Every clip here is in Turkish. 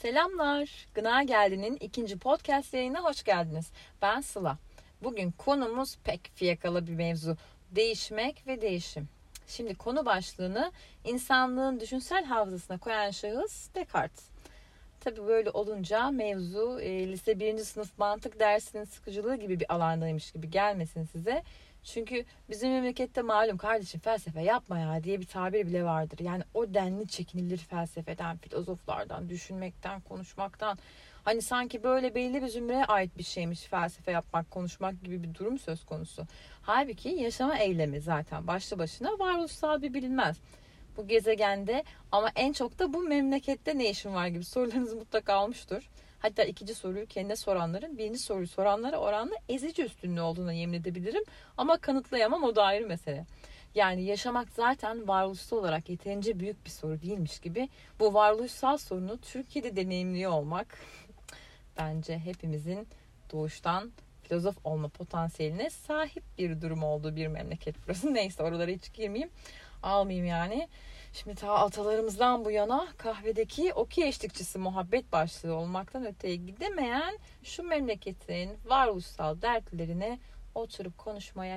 Selamlar. Gına Geldi'nin ikinci podcast yayınına hoş geldiniz. Ben Sıla. Bugün konumuz pek fiyakalı bir mevzu. Değişmek ve değişim. Şimdi konu başlığını insanlığın düşünsel hafızasına koyan şahıs Descartes. Tabii böyle olunca mevzu lise 1. sınıf mantık dersinin sıkıcılığı gibi bir alandaymış gibi gelmesin size. Çünkü bizim memlekette malum kardeşim felsefe yapma ya diye bir tabir bile vardır. Yani o denli çekinilir felsefeden, filozoflardan, düşünmekten, konuşmaktan. Hani sanki böyle belli bir zümreye ait bir şeymiş felsefe yapmak, konuşmak gibi bir durum söz konusu. Halbuki yaşama eylemi zaten başlı başına varoluşsal bir bilinmez. Bu gezegende ama en çok da bu memlekette ne işin var gibi sorularınız mutlaka olmuştur. Hatta ikinci soruyu kendine soranların birinci soruyu soranlara oranla ezici üstünlüğü olduğuna yemin edebilirim. Ama kanıtlayamam, o da ayrı mesele. Yani yaşamak zaten varoluşsal olarak yeterince büyük bir soru değilmiş gibi bu varoluşsal sorunu Türkiye'de deneyimliyor olmak bence hepimizin doğuştan filozof olma potansiyeline sahip bir durum olduğu bir memleket burası. Neyse, oralara hiç girmeyeyim. Almayayım yani. Şimdi ta atalarımızdan bu yana kahvedeki okey eşlikçisi muhabbet başlığı olmaktan öteye gidemeyen şu memleketin varoluşsal dertlerine oturup konuşmaya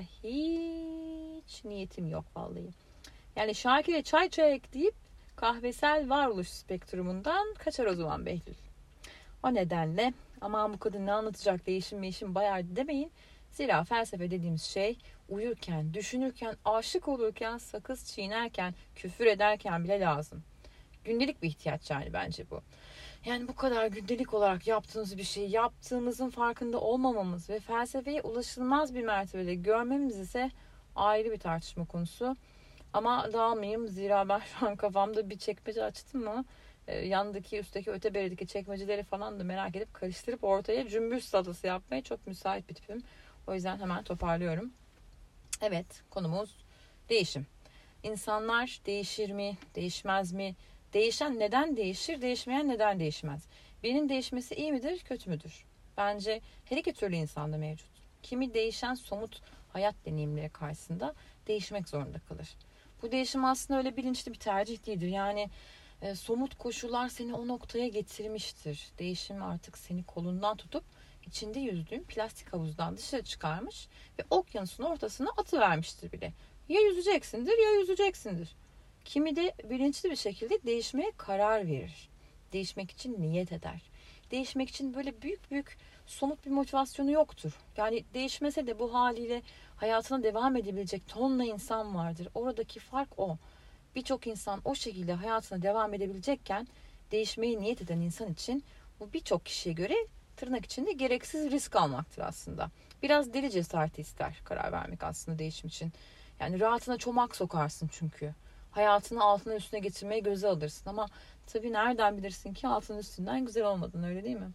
hiç niyetim yok vallahi. Yani Şakir'e çay çek deyip kahvesel varoluş spektrumundan kaçar o zaman Behlül. O nedenle aman bu kadın ne anlatacak, değişim bayardı demeyin. Zira felsefe dediğimiz şey uyurken, düşünürken, aşık olurken, sakız çiğnerken, küfür ederken bile lazım. Gündelik bir ihtiyaç yani bence bu. Yani bu kadar gündelik olarak yaptığımız bir şey yaptığımızın farkında olmamamız ve felsefeye ulaşılmaz bir mertebede görmemiz ise ayrı bir tartışma konusu. Ama dağılmayayım, zira ben şu an kafamda bir çekmece açtım mı yandaki, üstteki, öteberideki çekmeceleri falan da merak edip karıştırıp ortaya cümbüş salatası yapmaya çok müsait bir tipim. O yüzden hemen toparlıyorum. Evet, konumuz değişim. İnsanlar değişir mi, değişmez mi? Değişen neden değişir, değişmeyen neden değişmez? Birinin değişmesi iyi midir, kötü müdür? Bence her iki türlü insanda mevcut. Kimi değişen somut hayat deneyimleri karşısında değişmek zorunda kalır. Bu değişim aslında öyle bilinçli bir tercih değildir. Yani somut koşullar seni o noktaya getirmiştir. Değişim artık seni kolundan tutup içinde yüzdüğün plastik havuzdan dışarı çıkarmış ve okyanusun ortasına atıvermiştir bile. Ya yüzeceksindir ya yüzeceksindir. Kimi de bilinçli bir şekilde değişmeye karar verir. Değişmek için niyet eder. Değişmek için böyle büyük büyük somut bir motivasyonu yoktur. Yani değişmese de bu haliyle hayatına devam edebilecek tonla insan vardır. Oradaki fark o. Birçok insan o şekilde hayatına devam edebilecekken değişmeyi niyet eden insan için bu birçok kişiye göre tırnak içinde gereksiz risk almaktır aslında. Biraz deli cesareti ister karar vermek aslında değişim için. Yani rahatına çomak sokarsın çünkü. Hayatını altına üstüne getirmeye göze alırsın ama tabii nereden bilirsin ki altının üstünden güzel olmadığını, öyle değil mi?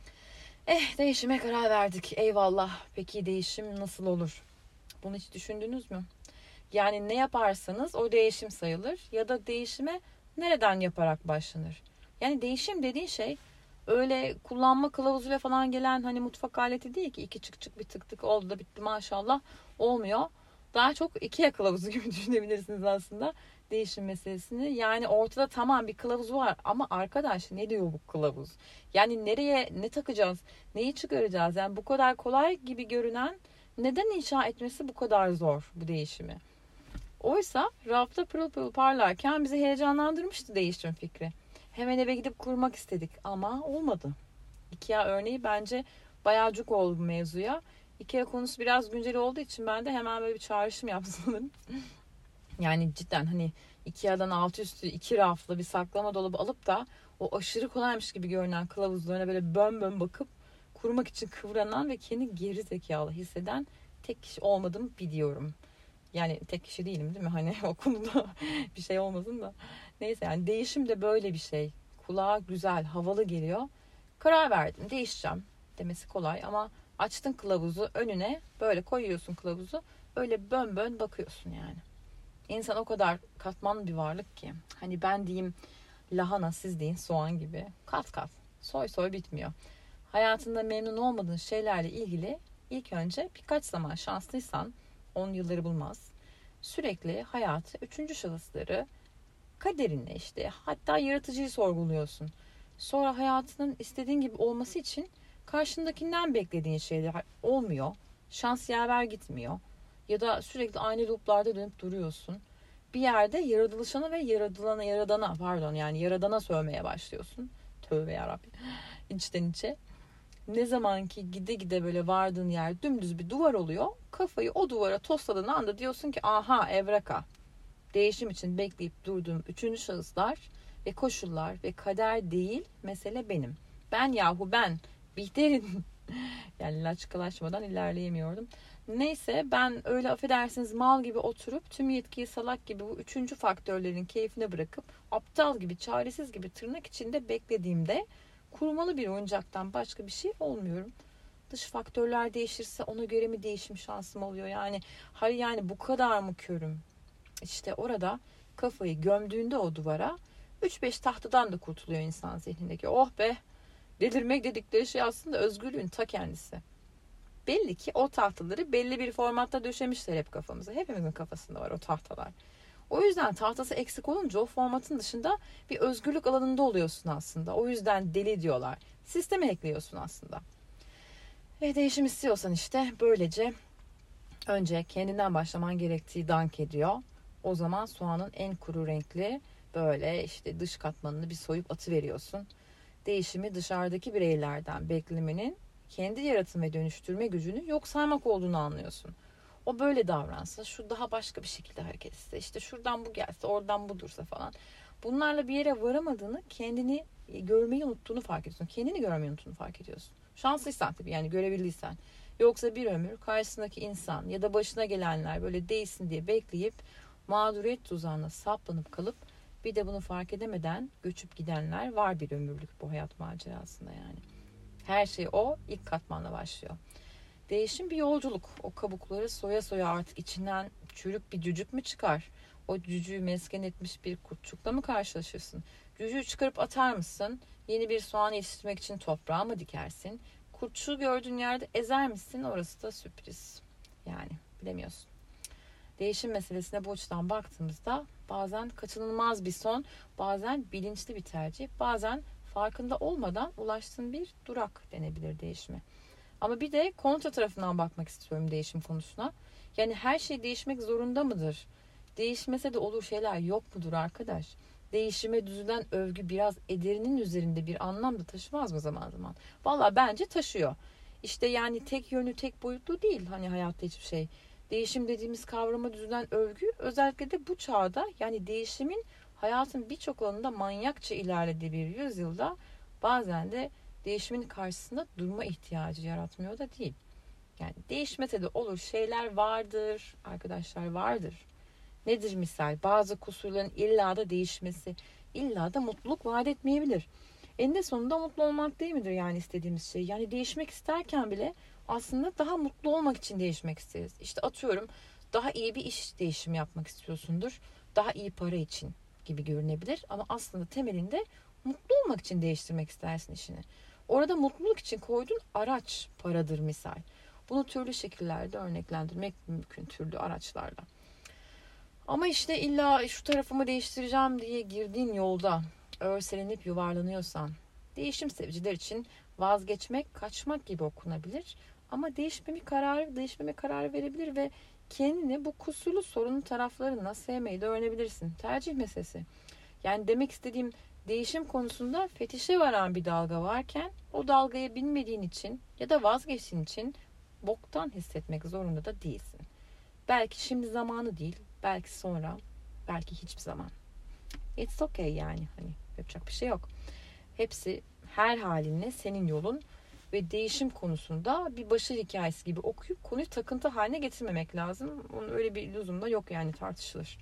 Değişime karar verdik. Eyvallah. Peki değişim nasıl olur? Bunu hiç düşündünüz mü? Yani ne yaparsanız o değişim sayılır ya da değişime nereden yaparak başlanır? Yani değişim dediğin şey öyle kullanma kılavuzuyla falan gelen hani mutfak aleti değil ki, iki çık çık bir tık tık oldu da bitti maşallah, olmuyor. Daha çok IKEA kılavuzu gibi düşünebilirsiniz aslında değişim meselesini. Yani ortada tamam bir kılavuz var ama arkadaş ne diyor bu kılavuz? Yani nereye ne takacağız? Neyi çıkaracağız? Yani bu kadar kolay gibi görünen neden inşa etmesi bu kadar zor bu değişimi? Oysa rafta pırıl pırıl parlarken bizi heyecanlandırmıştı değişim fikri. Hemen eve gidip kurmak istedik ama olmadı. IKEA örneği bence bayağı cuk oldu bu mevzuya. IKEA konusu biraz güncel olduğu için ben de hemen böyle bir çağrışım yapsın. Yani cidden hani IKEA'dan altı üstü iki raflı bir saklama dolabı alıp da o aşırı kolaymış gibi görünen kılavuzlarına böyle bön bön bakıp kurmak için kıvranan ve kendi geri zekalı hisseden tek kişi olmadığımı biliyorum. Yani tek kişi değilim değil mi? Hani o konuda bir şey olmasın da. Neyse, yani değişim de böyle bir şey. Kulağa güzel, havalı geliyor. Karar verdim, değişeceğim demesi kolay ama açtın kılavuzu önüne, böyle koyuyorsun kılavuzu. Öyle bön bön bakıyorsun yani. İnsan o kadar katmanlı bir varlık ki. Hani ben diyeyim lahana, siz deyin soğan gibi. Kat kat. Soy soy bitmiyor. Hayatında memnun olmadığın şeylerle ilgili ilk önce birkaç zaman şanslıysan 10 yılları bulmaz. Sürekli hayatı, üçüncü şahısları, kaderinle işte hatta yaratıcıyı sorguluyorsun. Sonra hayatının istediğin gibi olması için karşındakinden beklediğin şeyler olmuyor. Şans yaver gitmiyor. Ya da sürekli aynı looplarda dönüp duruyorsun. Bir yerde yaratılışına ve yaradana sövmeye başlıyorsun. Tövbe yarabbim. İçten içe. Ne zaman ki gide gide böyle vardığın yer dümdüz bir duvar oluyor. Kafayı o duvara tosladığın anda diyorsun ki aha evreka. Değişim için bekleyip durduğum üçüncü şahıslar ve koşullar ve kader değil, mesele benim. Ben Bihter'in yani laçkalaşmadan ilerleyemiyordum. Neyse ben öyle affedersiniz mal gibi oturup tüm yetkiyi salak gibi bu üçüncü faktörlerin keyfine bırakıp aptal gibi çaresiz gibi tırnak içinde beklediğimde kurmalı bir oyuncaktan başka bir şey olmuyorum. Dış faktörler değişirse ona göre mi değişim şansım oluyor? Yani hayır yani bu kadar mı körüm? İşte orada kafayı gömdüğünde o duvara 3-5 tahtadan da kurtuluyor insan zihnindeki. Oh be, delirmek dedikleri şey aslında özgürlüğün ta kendisi. Belli ki o tahtaları belli bir formatta döşemişler hep kafamıza. Hepimizin kafasında var o tahtalar. O yüzden tahtası eksik olunca o formatın dışında bir özgürlük alanında oluyorsun aslında. O yüzden deli diyorlar. Sisteme ekliyorsun aslında. Ve değişim istiyorsan işte böylece önce kendinden başlaman gerektiği dank ediyor. O zaman soğanın en kuru renkli böyle işte dış katmanını bir soyup atıveriyorsun. Değişimi dışarıdaki bireylerden beklemenin kendi yaratım ve dönüştürme gücünü yok saymak olduğunu anlıyorsun. O böyle davransa, şu daha başka bir şekilde hareket etse, işte şuradan bu gelse, oradan bu dursa falan. Bunlarla bir yere varamadığını, kendini görmeyi unuttuğunu fark ediyorsun. Kendini görmeyi unuttuğunu fark ediyorsun. Şanslıysan tabii yani görebildiysen. Yoksa bir ömür karşısındaki insan ya da başına gelenler böyle değilsin diye bekleyip mağduriyet tuzağına saplanıp kalıp bir de bunu fark edemeden göçüp gidenler var bir ömürlük bu hayat macerasında yani. Her şey o ilk katmanla başlıyor. Değişim bir yolculuk. O kabukları soya soya artık içinden çürük bir cücük mü çıkar? O cücüğü mesken etmiş bir kurtçukla mı karşılaşırsın? Cücüğü çıkarıp atar mısın? Yeni bir soğan yetiştirmek için toprağa mı dikersin? Kurtçuğu gördüğün yerde ezer misin? Orası da sürpriz. Yani bilemiyorsun. Değişim meselesine bu açıdan baktığımızda bazen kaçınılmaz bir son, bazen bilinçli bir tercih, bazen farkında olmadan ulaştığın bir durak denebilir değişime. Ama bir de kontra tarafından bakmak istiyorum değişim konusuna. Yani her şey değişmek zorunda mıdır? Değişmese de olur şeyler yok mudur arkadaş? Değişime düzülen övgü biraz ederinin üzerinde bir anlam da taşımaz mı zaman zaman? Valla bence taşıyor. İşte yani tek yönlü tek boyutlu değil hani hayatta hiçbir şey. Değişim dediğimiz kavrama düzülen övgü özellikle de bu çağda yani değişimin hayatın birçok alanında manyakça ilerlediği bir yüzyılda bazen de değişimin karşısında durma ihtiyacı yaratmıyor da değil. Yani değişmese de olur şeyler vardır arkadaşlar vardır. Nedir misal? Bazı kusurların illa da değişmesi, illa da mutluluk vaat etmeyebilir. Eninde sonunda mutlu olmak değil midir yani istediğimiz şey? Yani değişmek isterken bile aslında daha mutlu olmak için değişmek isteriz. İşte atıyorum daha iyi bir iş değişimi yapmak istiyorsundur. Daha iyi para için gibi görünebilir. Ama aslında temelinde mutlu olmak için değiştirmek istersin işini. Orada mutluluk için koyduğun araç paradır misal. Bunu türlü şekillerde örneklendirmek mümkün türlü araçlarla. Ama işte illa şu tarafımı değiştireceğim diye girdiğin yolda örselenip yuvarlanıyorsan değişim seviciler için vazgeçmek, kaçmak gibi okunabilir. Ama değişmeme kararı verebilir ve kendini bu kusurlu sorunun taraflarına sevmeyi de öğrenebilirsin. Tercih meselesi. Yani demek istediğim değişim konusunda fetişe varan bir dalga varken o dalgaya binmediğin için ya da vazgeçtiğin için boktan hissetmek zorunda da değilsin. Belki şimdi zamanı değil, belki sonra, belki hiçbir zaman. It's okay yani hani yapacak bir şey yok. Hepsi her halinle senin yolun ve değişim konusunda bir başarı hikayesi gibi okuyup konuyu takıntı haline getirmemek lazım. Onun öyle bir illüzyum da yok yani tartışılır.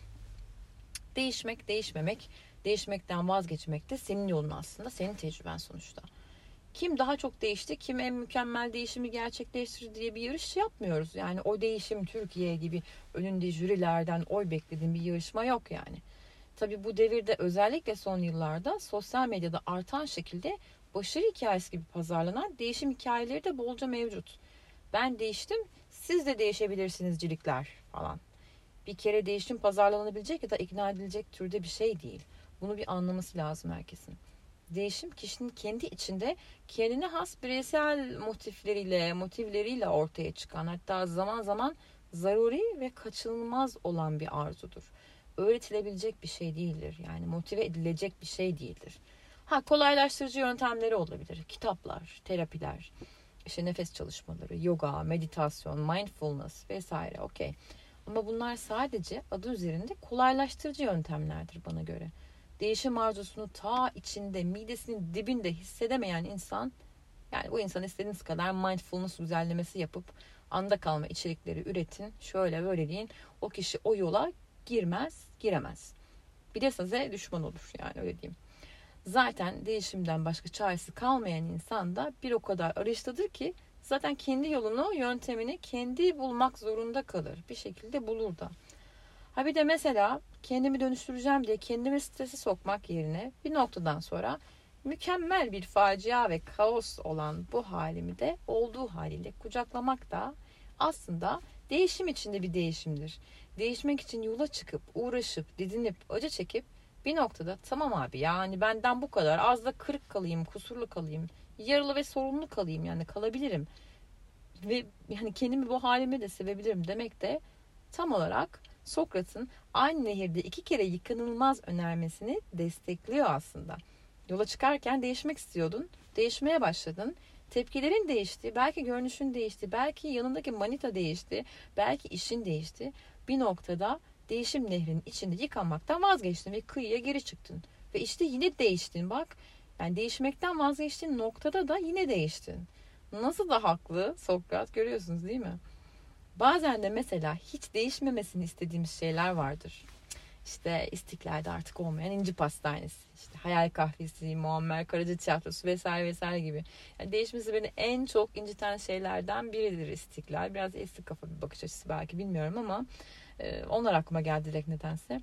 Değişmek, değişmemek, değişmekten vazgeçmek de senin yolun aslında, senin tecrüben sonuçta. Kim daha çok değişti, kim en mükemmel değişimi gerçekleştirir diye bir yarış yapmıyoruz. Yani o değişim Türkiye gibi önünde jürilerden oy beklediğim bir yarışma yok yani. Tabii bu devirde özellikle son yıllarda sosyal medyada artan şekilde başarı hikayesi gibi pazarlanan değişim hikayeleri de bolca mevcut. Ben değiştim, siz de değişebilirsinizcilikler falan. Bir kere değişim pazarlanabilecek ya da ikna edilecek türde bir şey değil. Bunu bir anlaması lazım herkesin. Değişim kişinin kendi içinde kendine has bireysel motivleriyle ortaya çıkan, hatta zaman zaman zaruri ve kaçınılmaz olan bir arzudur. Öğretilebilecek bir şey değildir. Yani motive edilecek bir şey değildir. Kolaylaştırıcı yöntemleri olabilir. Kitaplar, terapiler, işte nefes çalışmaları, yoga, meditasyon, mindfulness vesaire. Okey. Ama bunlar sadece adı üzerinde kolaylaştırıcı yöntemlerdir bana göre. Değişim arzusunu ta içinde, midesinin dibinde hissedemeyen insan, yani bu insan istediğiniz kadar mindfulness düzenlemesi yapıp anda kalma içerikleri üretin, şöyle böyle deyin, o kişi o yola giremez. Bir de size düşman olur, yani öyle diyeyim. Zaten değişimden başka çaresi kalmayan insan da bir o kadar arayıştadır ki zaten kendi yolunu, yöntemini kendi bulmak zorunda kalır. Bir şekilde bulur da. Bir de mesela kendimi dönüştüreceğim diye kendimi strese sokmak yerine bir noktadan sonra mükemmel bir facia ve kaos olan bu halimi de olduğu haliyle kucaklamak da aslında değişim içinde bir değişimdir. Değişmek için yola çıkıp, uğraşıp, didinip, acı çekip bir noktada tamam abi, yani benden bu kadar, az da kırık kalayım, kusurlu kalayım, yaralı ve sorunlu kalayım, yani kalabilirim. Ve yani kendimi bu halime de sevebilirim demek de tam olarak Sokrat'ın aynı nehirde 2 kere yıkanılmaz önermesini destekliyor aslında. Yola çıkarken değişmek istiyordun, değişmeye başladın. Tepkilerin değişti, belki görünüşün değişti, belki yanındaki manita değişti, belki işin değişti. Bir noktada değişim nehrinin içinde yıkanmaktan vazgeçtin ve kıyıya geri çıktın. Ve işte yine değiştin bak. Yani değişmekten vazgeçtiğin noktada da yine değiştin. Nasıl da haklı Sokrat, görüyorsunuz değil mi? Bazen de mesela hiç değişmemesini istediğimiz şeyler vardır. İşte İstiklal'de artık olmayan İnci Pastanesi, işte Hayal Kahvesi, Muammer Karaca Tiyatrosu vesaire vesaire gibi. Yani değişmesi beni en çok inciten şeylerden biridir İstiklal. Biraz eski kafa bir bakış açısı belki, bilmiyorum ama onlar aklıma geldi direkt nedense.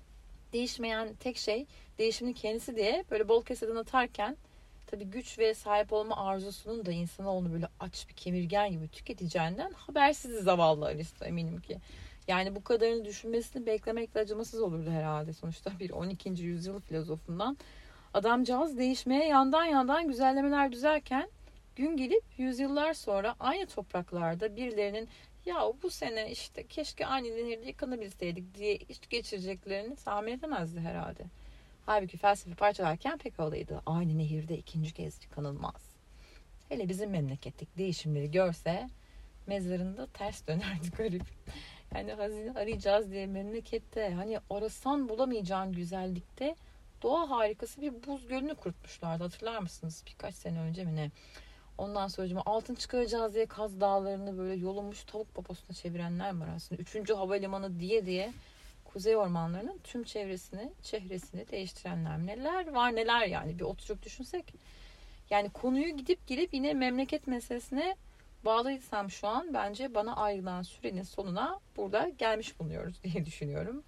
Değişmeyen tek şey değişimin kendisi diye böyle bol keseden atarken, tabii güç ve sahip olma arzusunun da insanoğlunu böyle aç bir kemirgen gibi tüketeceğinden habersiz zavallı Aristo, eminim ki. Yani bu kadarını düşünmesini beklemek de acımasız olurdu herhalde. Sonuçta bir 12. yüzyıl filozofundan. Adamcağız değişmeye yandan yandan güzellemeler düzerken gün gelip yüzyıllar sonra aynı topraklarda birilerinin ya bu sene işte keşke aynı nehirde yıkanabilseydik diye iş geçireceklerini tahmin edemezdi herhalde. Halbuki felsefe parçalarken pek havalıydı. Aynı nehirde ikinci kez yıkanılmaz. Hele bizim memleketlik değişimleri görse mezarında ters dönerdi garip. Yani hazine arayacağız diye memlekette, hani arasan bulamayacağın güzellikte doğa harikası bir buz gölünü kurutmuşlardı. Hatırlar mısınız? Birkaç sene önce mi ne? Ondan sonra altın çıkaracağız diye Kaz Dağları'nı böyle yolunmuş tavuk poposuna çevirenler var aslında. 3. havalimanı diye Kuzey ormanlarının tüm çehresini değiştirenler. Neler var neler, yani bir oturup düşünsek. Yani konuyu gidip gelip yine memleket meselesine bağlıysam şu an, bence bana ayrılan sürenin sonuna burada gelmiş bulunuyoruz diye düşünüyorum.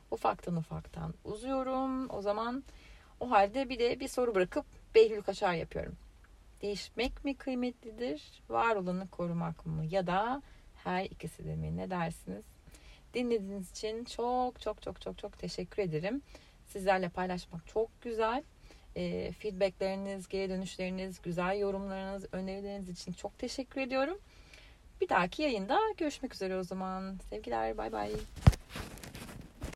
Ufaktan uzuyorum. O zaman o halde bir de bir soru bırakıp Behlül Kaçar yapıyorum. Değişmek mi kıymetlidir, var olanı korumak mı, ya da her ikisi de mi? Ne dersiniz? Dinlediğiniz için çok teşekkür ederim. Sizlerle paylaşmak çok güzel. Feedbackleriniz, geri dönüşleriniz, güzel yorumlarınız, önerileriniz için çok teşekkür ediyorum. Bir dahaki yayında görüşmek üzere o zaman. Sevgiler, bay bay.